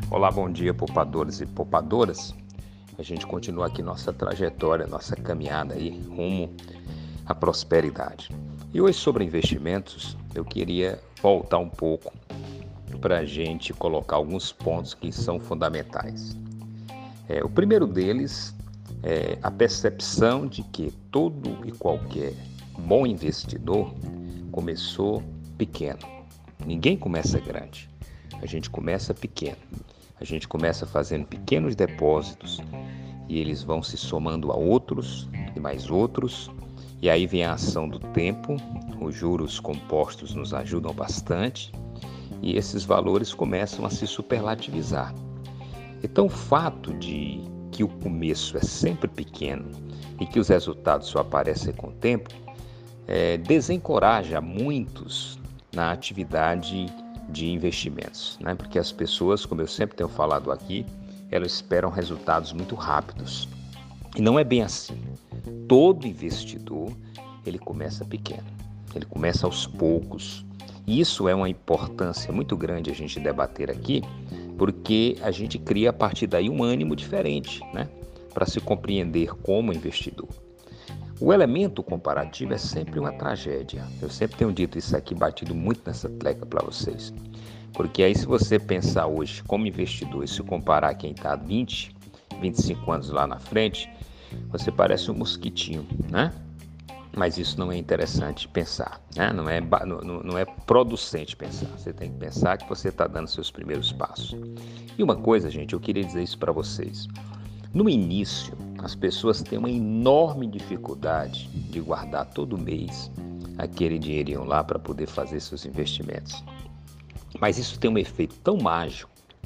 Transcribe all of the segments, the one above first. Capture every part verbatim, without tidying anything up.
Olá, bom dia, poupadores e poupadoras. A gente continua aqui nossa trajetória, nossa caminhada aí rumo à prosperidade. E hoje, sobre investimentos, eu queria voltar um pouco para a gente colocar alguns pontos que são fundamentais. É, o primeiro deles é a percepção de que todo e qualquer bom investidor começou pequeno. Ninguém começa grande, a gente começa pequeno. A gente começa fazendo pequenos depósitos e eles vão se somando a outros e mais outros. E aí vem a ação do tempo, os juros compostos nos ajudam bastante e esses valores começam a se superlativizar. Então o fato de que o começo é sempre pequeno e que os resultados só aparecem com o tempo, é, desencoraja muitos na atividade de investimentos, né? Porque as pessoas, como eu sempre tenho falado aqui, elas esperam resultados muito rápidos. E não é bem assim. Todo investidor, ele começa pequeno, ele começa aos poucos. E isso é uma importância muito grande a gente debater aqui, porque a gente cria a partir daí um ânimo diferente, né? Para se compreender como investidor. O elemento comparativo é sempre uma tragédia. Eu sempre tenho dito isso aqui, batido muito nessa tecla para vocês. Porque aí se você pensar hoje como investidor e se comparar a quem está há vinte, vinte e cinco anos lá na frente, você parece um mosquitinho, né? Mas isso não é interessante pensar, né? Não é, não, não é producente pensar. Você tem que pensar que você está dando seus primeiros passos. E uma coisa, gente, eu queria dizer isso para vocês. No início, as pessoas têm uma enorme dificuldade de guardar todo mês aquele dinheirinho lá para poder fazer seus investimentos. Mas isso tem um efeito tão mágico,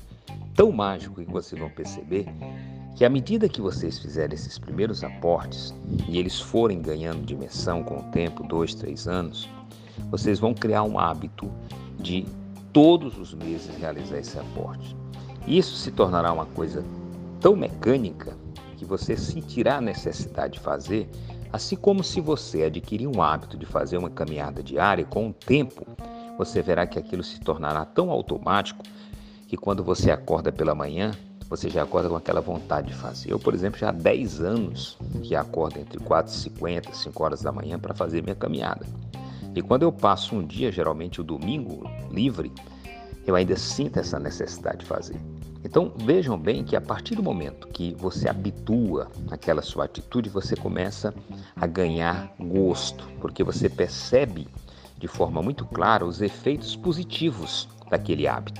tão mágico que vocês vão perceber que à medida que vocês fizerem esses primeiros aportes e eles forem ganhando dimensão com o tempo, dois, três anos, vocês vão criar um hábito de todos os meses realizar esse aporte. Isso se tornará uma coisa tão mecânica que você sentirá a necessidade de fazer, assim como se você adquirir um hábito de fazer uma caminhada diária, e com o tempo você verá que aquilo se tornará tão automático que quando você acorda pela manhã, você já acorda com aquela vontade de fazer. Eu, por exemplo, já há dez anos que acordo entre quatro e cinquenta, cinco horas da manhã para fazer minha caminhada. E quando eu passo um dia, geralmente o domingo, livre, eu ainda sinto essa necessidade de fazer. Então, vejam bem que a partir do momento que você habitua aquela sua atitude, você começa a ganhar gosto, porque você percebe de forma muito clara os efeitos positivos daquele hábito.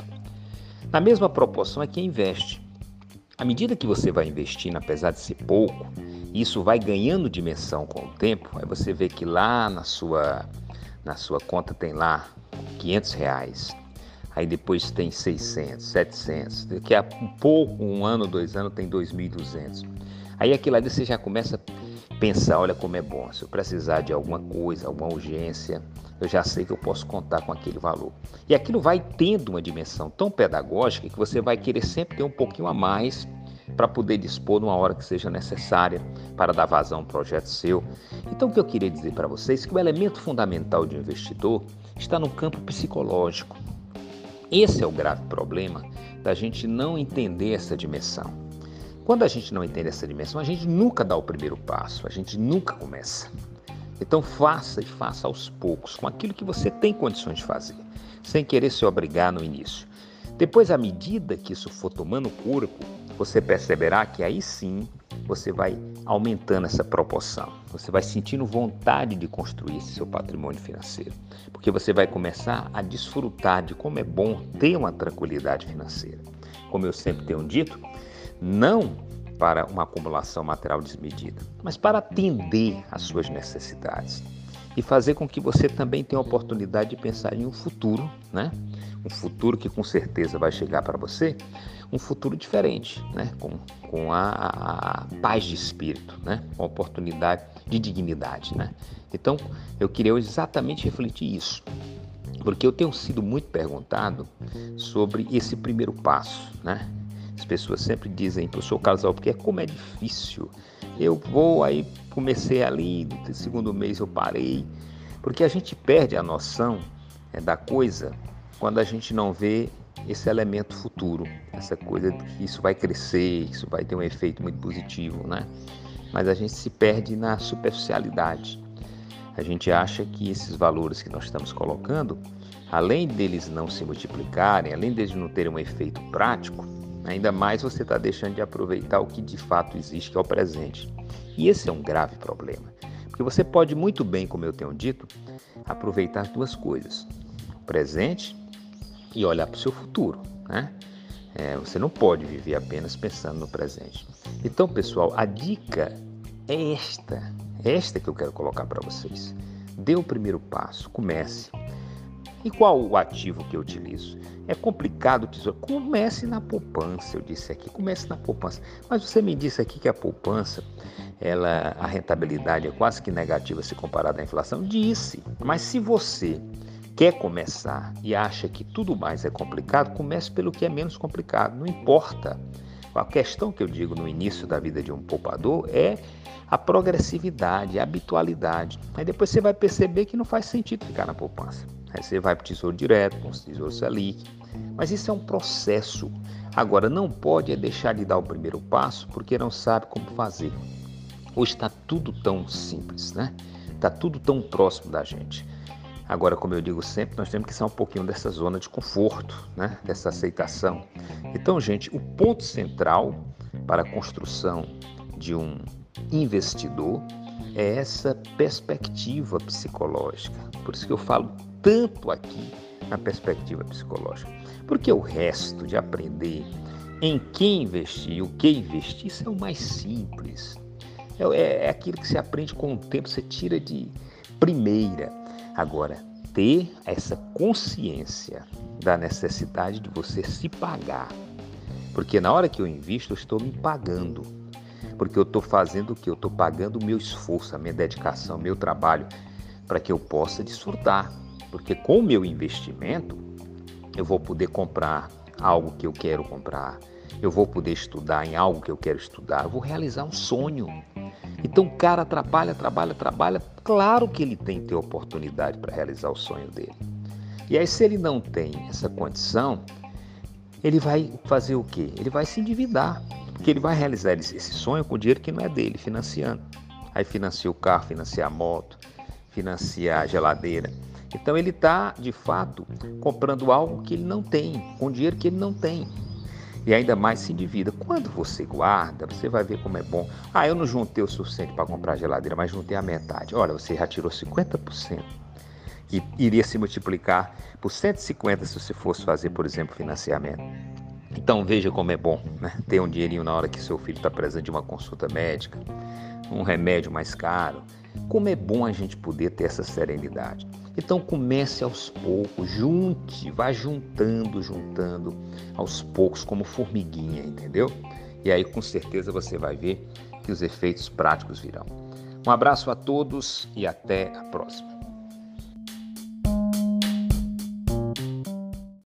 Na mesma proporção é quem investe. À medida que você vai investindo, apesar de ser pouco, isso vai ganhando dimensão com o tempo, aí você vê que lá na sua, na sua conta tem lá quinhentos reais. Aí depois tem seiscentos, setecentos, daqui a um pouco, um ano, dois anos, tem dois mil e duzentos. Aí aquilo ali você já começa a pensar, olha como é bom, se eu precisar de alguma coisa, alguma urgência, eu já sei que eu posso contar com aquele valor. E aquilo vai tendo uma dimensão tão pedagógica que você vai querer sempre ter um pouquinho a mais para poder dispor numa hora que seja necessária para dar vazão a um projeto seu. Então o que eu queria dizer para vocês é que o elemento fundamental de um investidor está no campo psicológico. Esse é o grave problema da gente não entender essa dimensão. Quando a gente não entende essa dimensão, a gente nunca dá o primeiro passo, a gente nunca começa. Então faça e faça aos poucos, com aquilo que você tem condições de fazer, sem querer se obrigar no início. Depois, à medida que isso for tomando corpo, você perceberá que aí sim você vai aumentando essa proporção. Você vai sentindo vontade de construir esse seu patrimônio financeiro, porque você vai começar a desfrutar de como é bom ter uma tranquilidade financeira. Como eu sempre tenho dito, não para uma acumulação material desmedida, mas para atender às suas necessidades e fazer com que você também tenha a oportunidade de pensar em um futuro, né? Um futuro que com certeza vai chegar para você, um futuro diferente, né? Com, com a, a paz de espírito, né? Com a oportunidade de dignidade, né? Então, eu queria exatamente refletir isso, porque eu tenho sido muito perguntado sobre esse primeiro passo, né? As pessoas sempre dizem, professor Carlos Albuquerque, como é difícil. Eu vou, aí comecei ali, no segundo mês eu parei, porque a gente perde a noção, né, da coisa quando a gente não vê esse elemento futuro, essa coisa de que isso vai crescer, isso vai ter um efeito muito positivo, né? Mas a gente se perde na superficialidade. A gente acha que esses valores que nós estamos colocando, além deles não se multiplicarem, além deles não terem um efeito prático, ainda mais você está deixando de aproveitar o que de fato existe, que é o presente. E esse é um grave problema, porque você pode muito bem, como eu tenho dito, aproveitar as duas coisas, o presente e olhar para o seu futuro, né? É, você não pode viver apenas pensando no presente. Então, pessoal, a dica é esta, é esta que eu quero colocar para vocês. Dê o primeiro passo, comece. E qual o ativo que eu utilizo? É complicado, tesouro. Comece na poupança, eu disse aqui, comece na poupança. Mas você me disse aqui que a poupança, ela, a rentabilidade é quase que negativa se comparada à inflação. Disse, mas se você quer começar e acha que tudo mais é complicado, comece pelo que é menos complicado, não importa. A questão que eu digo no início da vida de um poupador é a progressividade, a habitualidade. Aí depois você vai perceber que não faz sentido ficar na poupança. Aí você vai para o Tesouro Direto, para o Tesouro Selic. Mas isso é um processo. Agora, não pode é deixar de dar o primeiro passo porque não sabe como fazer. Hoje está tudo tão simples, né? Está tudo tão próximo da gente. Agora, como eu digo sempre, nós temos que sair um pouquinho dessa zona de conforto, né? Dessa aceitação. Então, gente, o ponto central para a construção de um investidor é essa perspectiva psicológica. Por isso que eu falo tanto aqui na perspectiva psicológica. Porque o resto de aprender em quem investir, o que investir, isso é o mais simples. É, é aquilo que você aprende com o tempo, você tira de primeira. Agora, ter essa consciência da necessidade de você se pagar. Porque na hora que eu invisto, eu estou me pagando. Porque eu estou fazendo o quê? Eu estou pagando o meu esforço, a minha dedicação, o meu trabalho, para que eu possa desfrutar. Porque com o meu investimento, eu vou poder comprar algo que eu quero comprar, eu vou poder estudar em algo que eu quero estudar, eu vou realizar um sonho. Então o cara trabalha, trabalha, trabalha, claro que ele tem que ter oportunidade para realizar o sonho dele. E aí se ele não tem essa condição, ele vai fazer o quê? Ele vai se endividar, porque ele vai realizar esse sonho com dinheiro que não é dele, financiando. Aí financia o carro, financia a moto, financia a geladeira. Então ele está, de fato, comprando algo que ele não tem, com dinheiro que ele não tem. E ainda mais se endivida. Quando você guarda, você vai ver como é bom. Ah, eu não juntei o suficiente para comprar a geladeira, mas juntei a metade. Olha, você já tirou cinquenta por cento, que iria se multiplicar por cento e cinquenta se você fosse fazer, por exemplo, financiamento. Então veja como é bom, né? Ter um dinheirinho na hora que seu filho está precisando de uma consulta médica, um remédio mais caro. Como é bom a gente poder ter essa serenidade. Então comece aos poucos, junte, vá juntando, juntando aos poucos como formiguinha, entendeu? E aí com certeza você vai ver que os efeitos práticos virão. Um abraço a todos e até a próxima.